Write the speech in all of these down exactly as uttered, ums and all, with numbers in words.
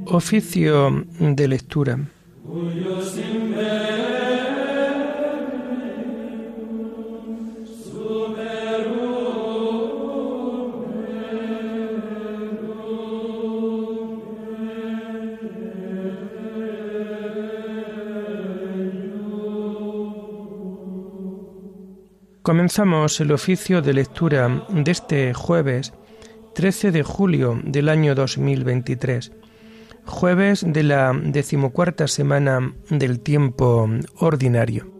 Oficio de lectura. Comenzamos el oficio de lectura de este jueves trece de julio del año dos mil veintitrés, jueves de la decimocuarta semana del tiempo ordinario.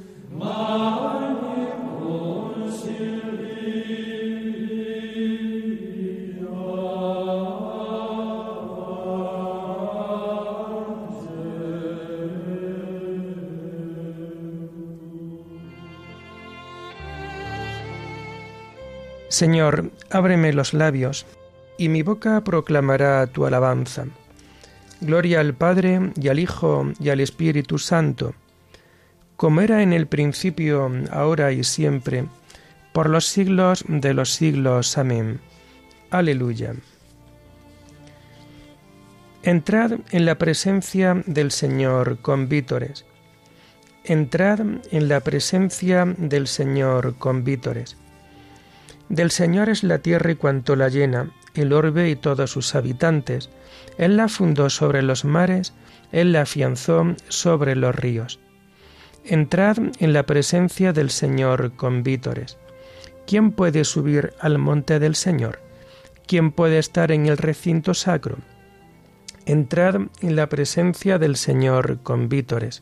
Señor, ábreme los labios, y mi boca proclamará tu alabanza. Gloria al Padre, y al Hijo, y al Espíritu Santo, como era en el principio, ahora y siempre, por los siglos de los siglos. Amén. Aleluya. Entrad en la presencia del Señor con vítores. Entrad en la presencia del Señor con vítores. Del Señor es la tierra y cuanto la llena, el orbe y todos sus habitantes. Él la fundó sobre los mares, Él la afianzó sobre los ríos. Entrad en la presencia del Señor con vítores. ¿Quién puede subir al monte del Señor? ¿Quién puede estar en el recinto sacro? Entrad en la presencia del Señor con vítores.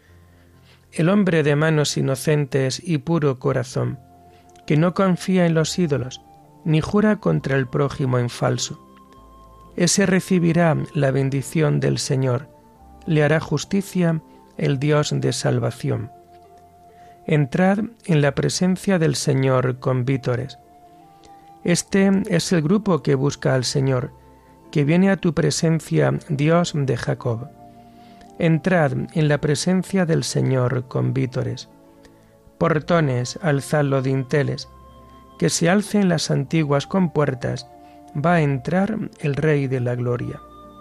El hombre de manos inocentes y puro corazón, que no confía en los ídolos, ni jura contra el prójimo en falso. Ese recibirá la bendición del Señor, le hará justicia el Dios de salvación. Entrad en la presencia del Señor con vítores. Este es el grupo que busca al Señor, que viene a tu presencia, Dios de Jacob. Entrad en la presencia del Señor con vítores. Portones, alzad los dinteles, que se alcen las antiguas compuertas, va a entrar el Rey de la Gloria.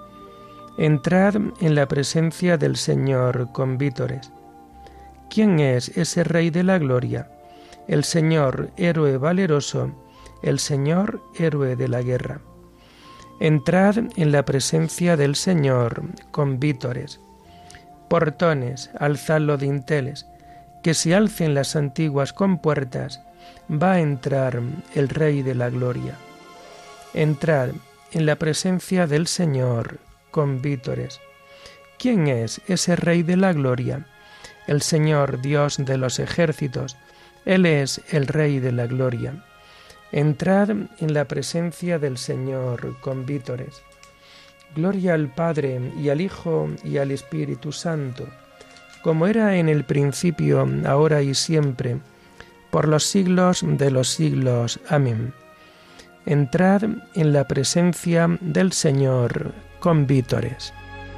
Entrad en la presencia del Señor con vítores. ¿Quién es ese Rey de la Gloria? El Señor, héroe valeroso, el Señor, héroe de la guerra. Entrad en la presencia del Señor con vítores. Portones, alzad los dinteles, que se alcen las antiguas compuertas, va a entrar el Rey de la Gloria. Entrad en la presencia del Señor con vítores. ¿Quién es ese Rey de la Gloria? El Señor, Dios de los ejércitos, Él es el Rey de la Gloria. Entrad en la presencia del Señor con vítores. Gloria al Padre, y al Hijo, y al Espíritu Santo, como era en el principio, ahora y siempre, por los siglos de los siglos. Amén. Entrad en la presencia del Señor con vítores.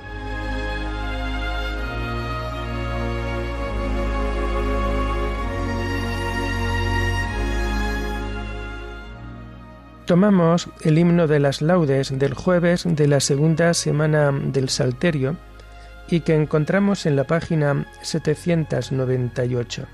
Tomamos el himno de las laudes del jueves de la segunda semana del Salterio, y que encontramos en la página setecientos noventa y ocho.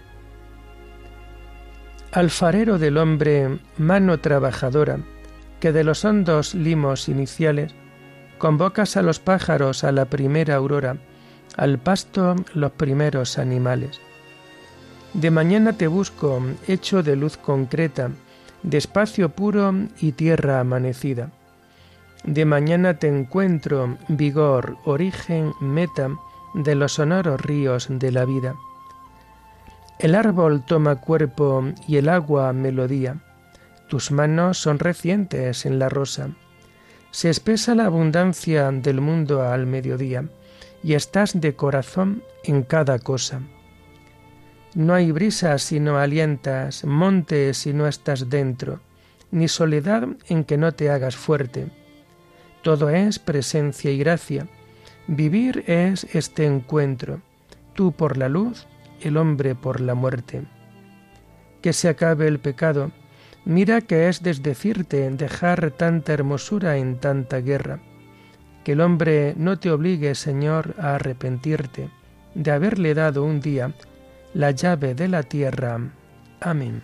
Alfarero del hombre, mano trabajadora, que de los hondos limos iniciales convocas a los pájaros a la primera aurora, al pasto los primeros animales. De mañana te busco, hecho de luz concreta, de espacio puro y tierra amanecida. De mañana te encuentro, vigor, origen, meta de los sonoros ríos de la vida. El árbol toma cuerpo y el agua melodía. Tus manos son recientes en la rosa. Se espesa la abundancia del mundo al mediodía, y estás de corazón en cada cosa. No hay brisa si no alientas, monte si no estás dentro, ni soledad en que no te hagas fuerte. Todo es presencia y gracia. Vivir es este encuentro, tú por la luz, el hombre por la muerte. Que se acabe el pecado. Mira que es desdecirte dejar tanta hermosura en tanta guerra. que el hombre no te obligue, Señor, a arrepentirte de haberle dado un día la llave de la tierra. Amén.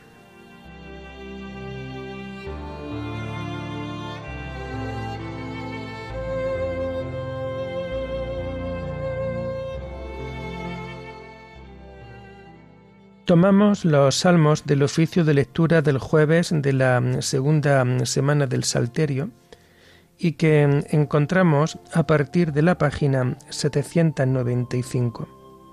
Tomamos los salmos del oficio de lectura del jueves de la segunda semana del Salterio y que encontramos a partir de la página setecientos noventa y cinco.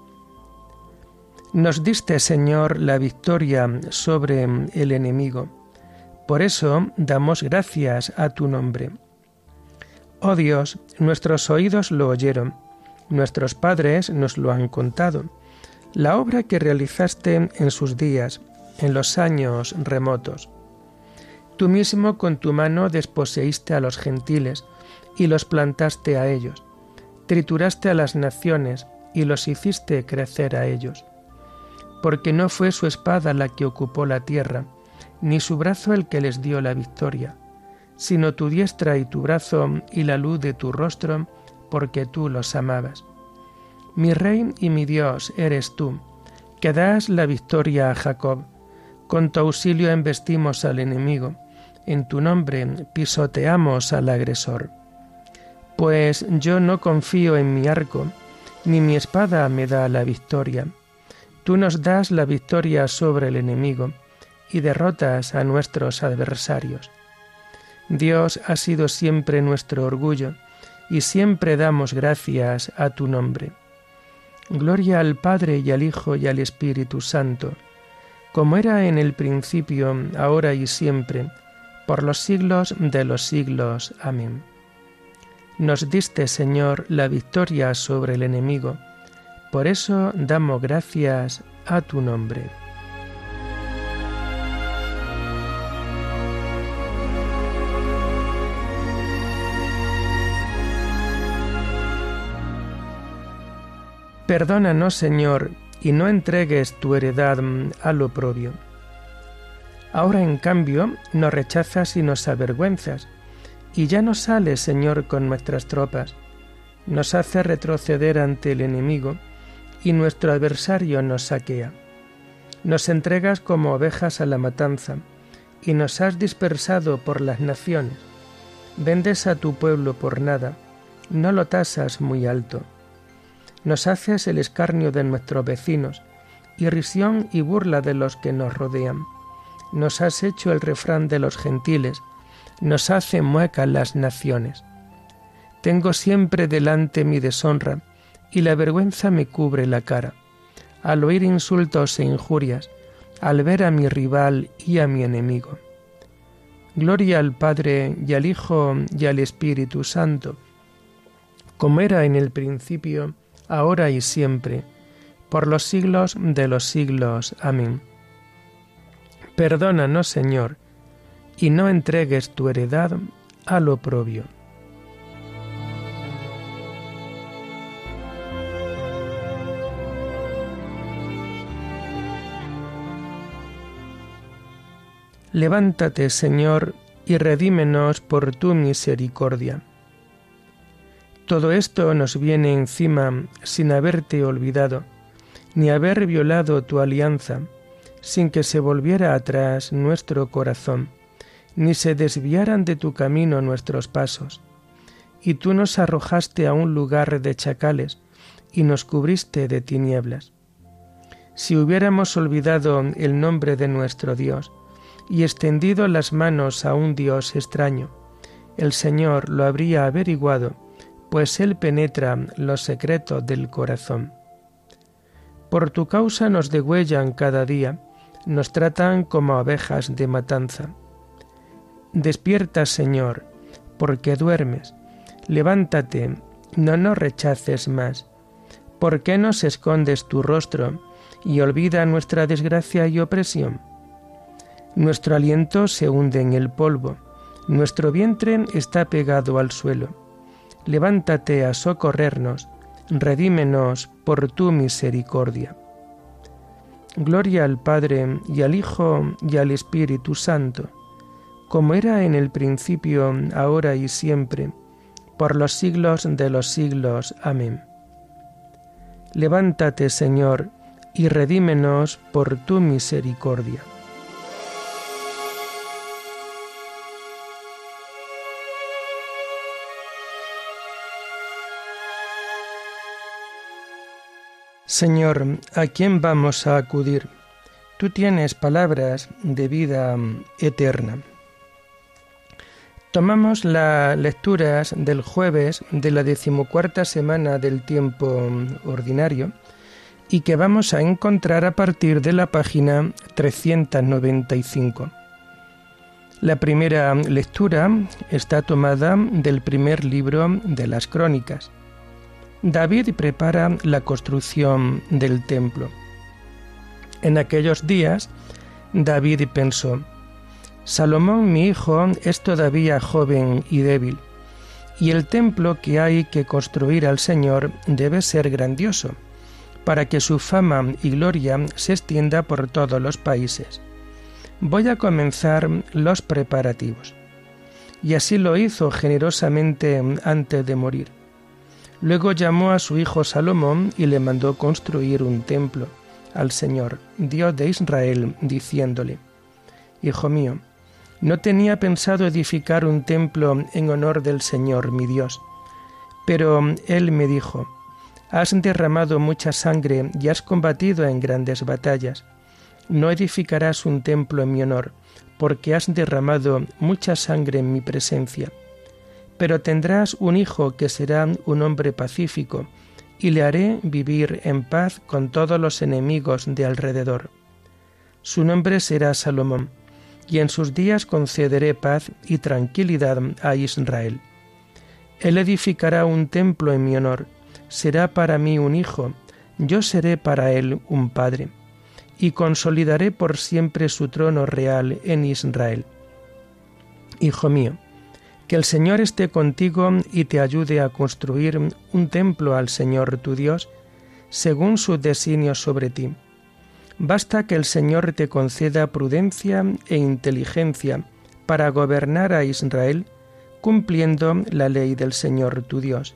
Nos diste, Señor, la victoria sobre el enemigo. Por eso damos gracias a tu nombre. Oh Dios, nuestros oídos lo oyeron, nuestros padres nos lo han contado, la obra que realizaste en sus días, en los años remotos. Tú mismo con tu mano desposeíste a los gentiles y los plantaste a ellos, trituraste a las naciones y los hiciste crecer a ellos. Porque no fue su espada la que ocupó la tierra, ni su brazo el que les dio la victoria, sino tu diestra y tu brazo y la luz de tu rostro, porque tú los amabas. Mi Rey y mi Dios eres tú, que das la victoria a Jacob. Con tu auxilio embestimos al enemigo, en tu nombre pisoteamos al agresor. Pues yo no confío en mi arco, ni mi espada me da la victoria. Tú nos das la victoria sobre el enemigo y derrotas a nuestros adversarios. Dios ha sido siempre nuestro orgullo, y siempre damos gracias a tu nombre. Gloria al Padre y al Hijo y al Espíritu Santo, como era en el principio, ahora y siempre, por los siglos de los siglos. Amén. Nos diste, Señor, la victoria sobre el enemigo, por eso damos gracias a tu nombre. Perdónanos, Señor, y no entregues tu heredad al oprobio. Ahora, en cambio, nos rechazas y nos avergüenzas, y ya no sales, Señor, con nuestras tropas. Nos haces retroceder ante el enemigo, y nuestro adversario nos saquea. Nos entregas como ovejas a la matanza, y nos has dispersado por las naciones. Vendes a tu pueblo por nada, no lo tasas muy alto. Nos haces el escarnio de nuestros vecinos, irrisión y burla de los que nos rodean. Nos has hecho el refrán de los gentiles, nos hacen muecas las naciones. Tengo siempre delante mi deshonra, y la vergüenza me cubre la cara, al oír insultos e injurias, al ver a mi rival y a mi enemigo. Gloria al Padre y al Hijo y al Espíritu Santo, como era en el principio, ahora y siempre, por los siglos de los siglos. Amén. Perdónanos, Señor, y no entregues tu heredad al oprobio. Levántate, Señor, y redímenos por tu misericordia. Todo esto nos viene encima sin haberte olvidado, ni haber violado tu alianza, sin que se volviera atrás nuestro corazón, ni se desviaran de tu camino nuestros pasos. Y tú nos arrojaste a un lugar de chacales, y nos cubriste de tinieblas. Si hubiéramos olvidado el nombre de nuestro Dios, y extendido las manos a un Dios extraño, el Señor lo habría averiguado, pues Él penetra los secretos del corazón. Por tu causa nos degüellan cada día, nos tratan como ovejas de matanza. Despierta, Señor, porque duermes. Levántate, no nos rechaces más. ¿Por qué nos escondes tu rostro y olvida nuestra desgracia y opresión? Nuestro aliento se hunde en el polvo, nuestro vientre está pegado al suelo. Levántate a socorrernos, redímenos por tu misericordia. Gloria al Padre y al Hijo y al Espíritu Santo, como era en el principio, ahora y siempre, por los siglos de los siglos. Amén. Levántate, Señor, y redímenos por tu misericordia. Señor, ¿a quién vamos a acudir? Tú tienes palabras de vida eterna. Tomamos las lecturas del jueves de la decimocuarta semana del tiempo ordinario y que vamos a encontrar a partir de la página trescientos noventa y cinco. La primera lectura está tomada del primer libro de las Crónicas. David prepara la construcción del templo. En aquellos días, David pensó: Salomón, mi hijo, es todavía joven y débil, y el templo que hay que construir al Señor debe ser grandioso, para que su fama y gloria se extienda por todos los países. Voy a comenzar los preparativos. Y así lo hizo generosamente antes de morir. Luego llamó a su hijo Salomón y le mandó construir un templo al Señor, Dios de Israel, diciéndole: Hijo mío, no tenía pensado edificar un templo en honor del Señor, mi Dios. Pero él me dijo: Has derramado mucha sangre y has combatido en grandes batallas. No edificarás un templo en mi honor, porque has derramado mucha sangre en mi presencia. Pero tendrás un hijo que será un hombre pacífico, y le haré vivir en paz con todos los enemigos de alrededor. Su nombre será Salomón, y en sus días concederé paz y tranquilidad a Israel. Él edificará un templo en mi honor, será para mí un hijo, yo seré para él un padre, y consolidaré por siempre su trono real en Israel. Hijo mío, que el Señor esté contigo y te ayude a construir un templo al Señor tu Dios, según sus designios sobre ti. Basta que el Señor te conceda prudencia e inteligencia para gobernar a Israel, cumpliendo la ley del Señor tu Dios.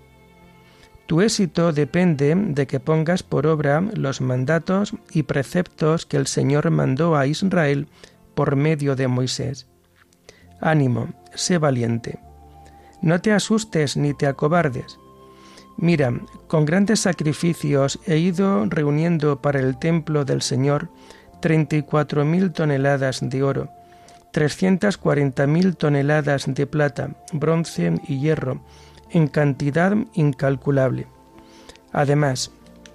Tu éxito depende de que pongas por obra los mandatos y preceptos que el Señor mandó a Israel por medio de Moisés. Ánimo, sé valiente. No te asustes ni te acobardes. Mira, con grandes sacrificios he ido reuniendo para el templo del Señor treinta y cuatro mil toneladas de oro, trescientas cuarenta mil toneladas de plata, bronce y hierro, en cantidad incalculable. Además,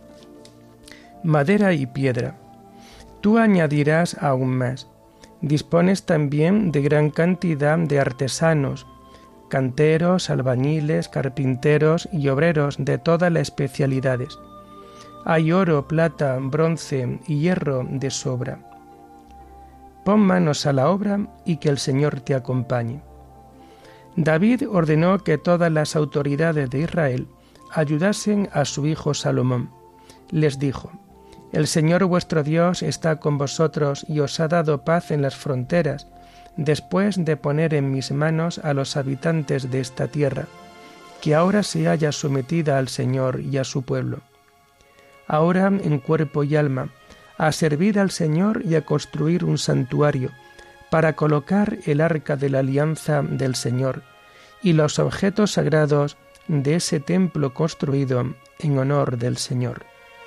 madera y piedra. Tú añadirás aún más. Dispones también de gran cantidad de artesanos, canteros, albañiles, carpinteros y obreros de todas las especialidades. Hay oro, plata, bronce y hierro de sobra. Pon manos a la obra y que el Señor te acompañe. David ordenó que todas las autoridades de Israel ayudasen a su hijo Salomón. Les dijo: El Señor vuestro Dios está con vosotros y os ha dado paz en las fronteras, después de poner en mis manos a los habitantes de esta tierra, que ahora se halla sometida al Señor y a su pueblo. Ahora, en cuerpo y alma, a servir al Señor y a construir un santuario, para colocar el arca de la alianza del Señor y los objetos sagrados de ese templo construido en honor del Señor.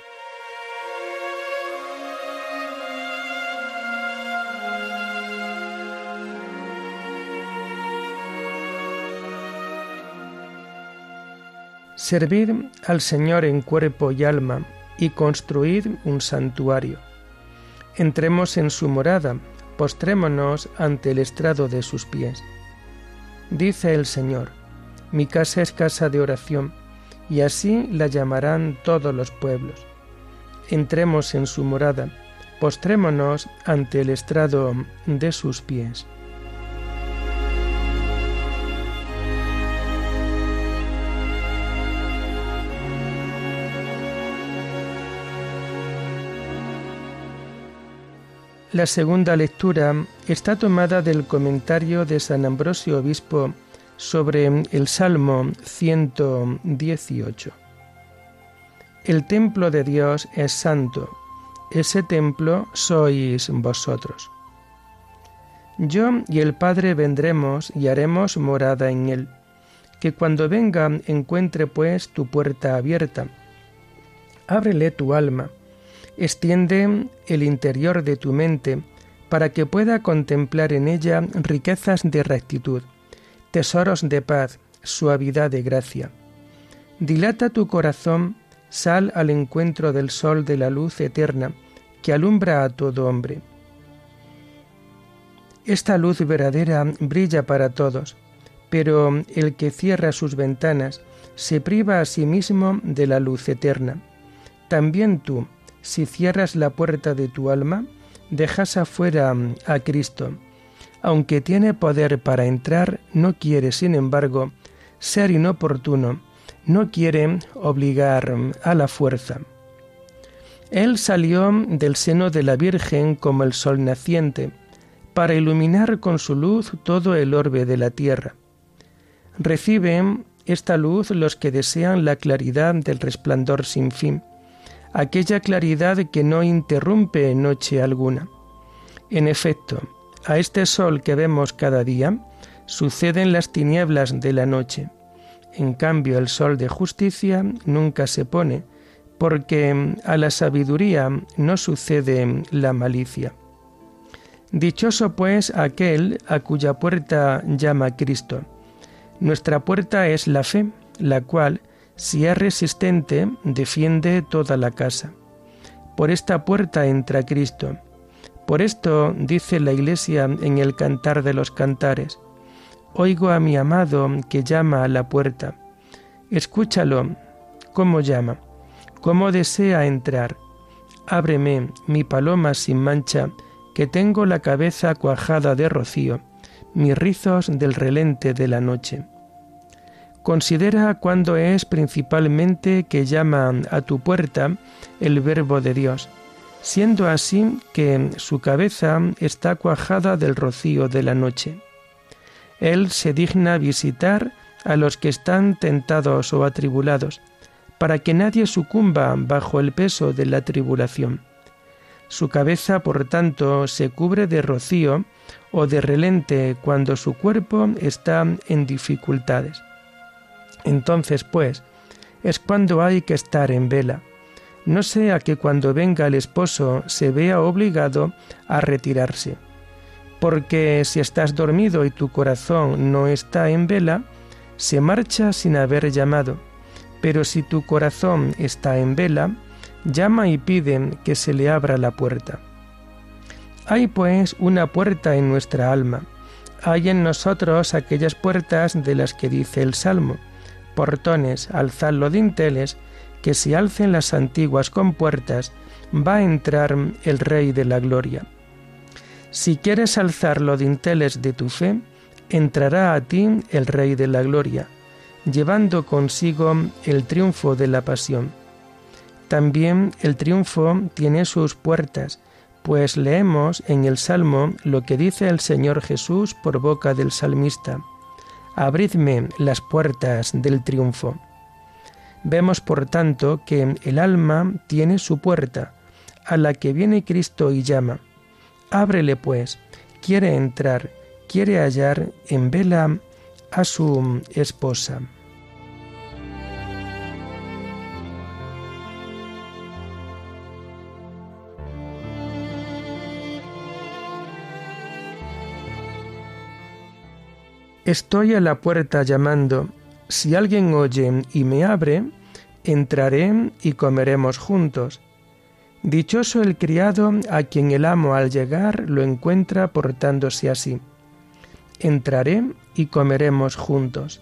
Servid al Señor en cuerpo y alma y construid un santuario. Entremos en su morada, postrémonos ante el estrado de sus pies. Dice el Señor: Mi casa es casa de oración, y así la llamarán todos los pueblos. Entremos en su morada, postrémonos ante el estrado de sus pies. La segunda lectura está tomada del comentario de San Ambrosio Obispo sobre el Salmo ciento dieciocho. El templo de Dios es santo, ese templo sois vosotros. Yo y el Padre vendremos y haremos morada en él. Que cuando venga encuentre pues tu puerta abierta. Ábrele tu alma, extiende el interior de tu mente para que pueda contemplar en ella riquezas de rectitud, tesoros de paz, suavidad de gracia. Dilata tu corazón, sal al encuentro del sol de la luz eterna que alumbra a todo hombre. Esta luz verdadera brilla para todos, pero el que cierra sus ventanas se priva a sí mismo de la luz eterna. También tú, si cierras la puerta de tu alma, dejas afuera a Cristo. Aunque tiene poder para entrar, no quiere, sin embargo, ser inoportuno, no quiere obligar a la fuerza. Él salió del seno de la Virgen como el sol naciente, para iluminar con su luz todo el orbe de la tierra. Reciben esta luz los que desean la claridad del resplandor sin fin, aquella claridad que no interrumpe noche alguna. En efecto, a este sol que vemos cada día suceden las tinieblas de la noche. En cambio, el sol de justicia nunca se pone, porque a la sabiduría no sucede la malicia. Dichoso pues aquel a cuya puerta llama Cristo. Nuestra puerta es la fe, la cual, si es resistente, defiende toda la casa. Por esta puerta entra Cristo. Por esto dice la Iglesia en el Cantar de los Cantares: oigo a mi amado que llama a la puerta. Escúchalo, cómo llama, cómo desea entrar. Ábreme, mi paloma sin mancha, que tengo la cabeza cuajada de rocío, mis rizos del relente de la noche. Considera cuándo es principalmente que llama a tu puerta el Verbo de Dios, siendo así que su cabeza está cuajada del rocío de la noche. Él se digna visitar a los que están tentados o atribulados, para que nadie sucumba bajo el peso de la tribulación. Su cabeza, por tanto, se cubre de rocío o de relente cuando su cuerpo está en dificultades. Entonces, pues, es cuando hay que estar en vela, no sea que cuando venga el esposo se vea obligado a retirarse. Porque si estás dormido y tu corazón no está en vela, se marcha sin haber llamado. Pero si tu corazón está en vela, llama y pide que se le abra la puerta. Hay pues una puerta en nuestra alma. Hay en nosotros aquellas puertas de las que dice el Salmo: portones, alzad los dinteles, que se alcen las antiguas compuertas, va a entrar el Rey de la Gloria. Si quieres alzar los dinteles de tu fe, entrará a ti el Rey de la Gloria, llevando consigo el triunfo de la pasión. También el triunfo tiene sus puertas, pues leemos en el Salmo lo que dice el Señor Jesús por boca del salmista: abridme las puertas del triunfo. Vemos, por tanto, que el alma tiene su puerta, a la que viene Cristo y llama. Ábrele, pues, quiere entrar, quiere hallar en vela a su esposa. Estoy a la puerta llamando. Si alguien oye y me abre, entraré y comeremos juntos. Dichoso el criado a quien el amo al llegar lo encuentra portándose así. Entraré y comeremos juntos.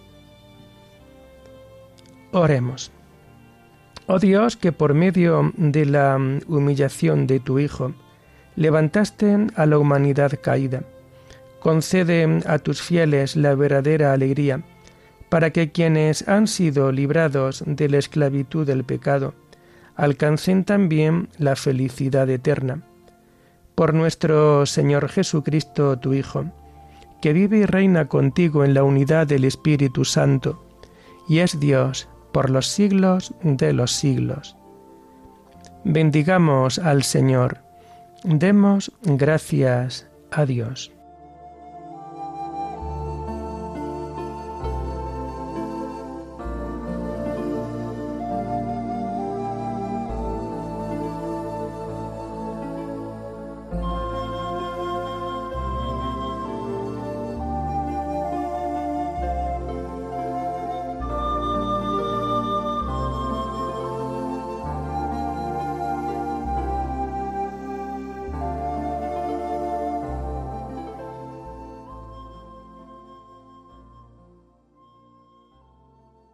Oremos. Oh Dios, que por medio de la humillación de tu Hijo levantaste a la humanidad caída, concede a tus fieles la verdadera alegría, para que quienes han sido librados de la esclavitud del pecado alcancen también la felicidad eterna. Por nuestro Señor Jesucristo, tu Hijo, que vive y reina contigo en la unidad del Espíritu Santo, y es Dios por los siglos de los siglos. Bendigamos al Señor, demos gracias a Dios.